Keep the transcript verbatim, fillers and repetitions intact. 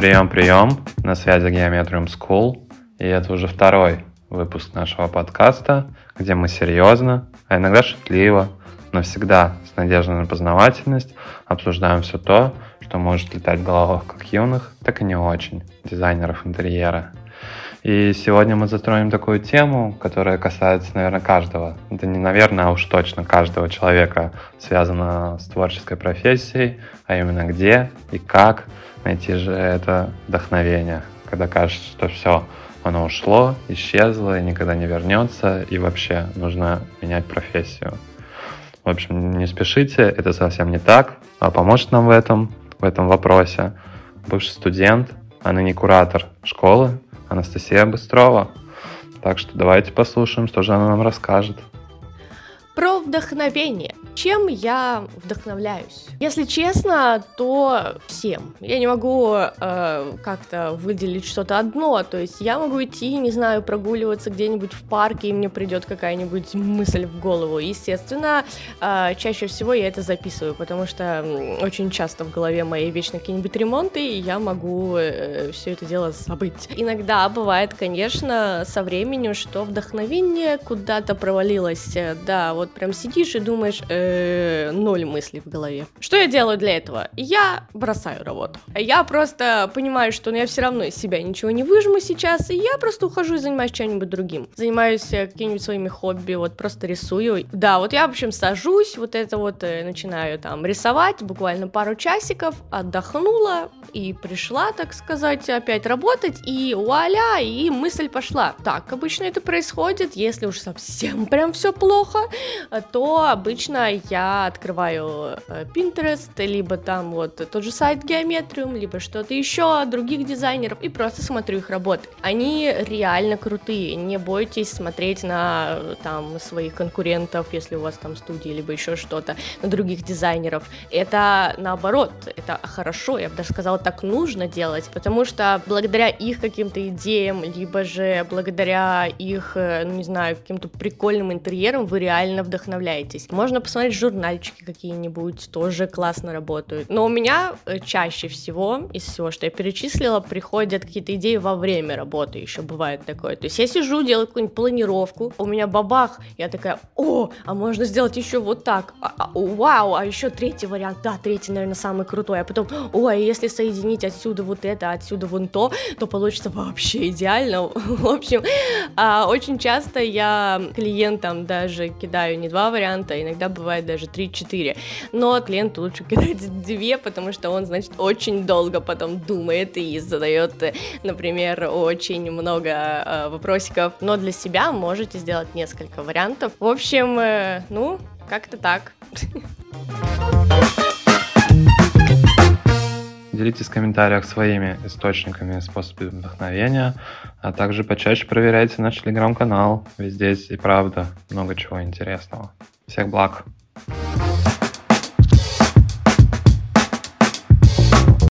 Прием, прием, на связи Geometrium School, и это уже второй выпуск нашего подкаста, где мы серьезно, а иногда шутливо, но всегда с надеждой на познавательность обсуждаем все то, что может летать в головах как юных, так и не очень дизайнеров интерьера. И сегодня мы затронем такую тему, которая касается, наверное, каждого. Да не наверное, а уж точно каждого человека, связана с творческой профессией, а именно где и как найти же это вдохновение, когда кажется, что все, оно ушло, исчезло и никогда не вернется, и вообще нужно менять профессию. В общем, не спешите, это совсем не так, а поможет нам в этом, в этом вопросе бывший студент, а ныне куратор школы Анастасия Быстрова. Так что давайте послушаем, что же она нам расскажет. Про вдохновение. Чем я вдохновляюсь? Если честно, то всем. Я не могу э, как-то выделить что-то одно. То есть я могу идти, не знаю, прогуливаться где-нибудь в парке, и мне придет какая-нибудь мысль в голову. Естественно, э, чаще всего я это записываю, потому что очень часто в голове моей вечно какие-нибудь ремонты, и я могу э, все это дело забыть. Иногда бывает, конечно, со временем, что вдохновение куда-то провалилось. Да, вот прям сидишь и думаешь, э, ноль мыслей в голове. Что я делаю для этого? Я бросаю работу. Я просто понимаю, что ну, я все равно из себя ничего не выжму сейчас, и я просто ухожу и занимаюсь чем-нибудь другим. Занимаюсь какими-нибудь своими хобби, вот просто рисую. Да, вот я, в общем, сажусь, вот это вот э, начинаю там рисовать, буквально пару часиков, отдохнула и пришла, так сказать, опять работать, и вуаля, и мысль пошла. Так, обычно это происходит, если уж совсем прям все плохо, то обычно я открываю Pinterest, либо там вот тот же сайт Geometrium, либо что-то еще, других дизайнеров, и просто смотрю их работы. Они реально крутые, не бойтесь смотреть на там своих конкурентов, если у вас там студии, либо еще что-то, на других дизайнеров. Это наоборот, это хорошо, я бы даже сказала, так нужно делать, потому что благодаря их каким-то идеям, либо же благодаря их, ну не знаю, каким-то прикольным интерьерам вы реально вдохновляетесь. Можно посмотреть журнальчики какие-нибудь, тоже классно работают. Но у меня чаще всего из всего, что я перечислила, приходят какие-то идеи во время работы, еще бывает такое. То есть я сижу, делаю какую-нибудь планировку, у меня бабах, я такая, о, а можно сделать еще вот так, а, а, вау, а еще третий вариант, да, третий, наверное, самый крутой, а потом, ой, а если соединить отсюда вот это, отсюда вон то, то получится вообще идеально. В общем, очень часто я клиентам даже кидаю не два варианта, иногда бывает даже три-четыре, но клиенту лучше кидать две, потому что он, значит, очень долго потом думает и задает, например, очень много э, вопросиков, но для себя можете сделать несколько вариантов. В общем, э, ну, как-то так. Делитесь в комментариях своими источниками и способами вдохновения, а также почаще проверяйте наш телеграм-канал, ведь здесь и правда много чего интересного. Всех благ!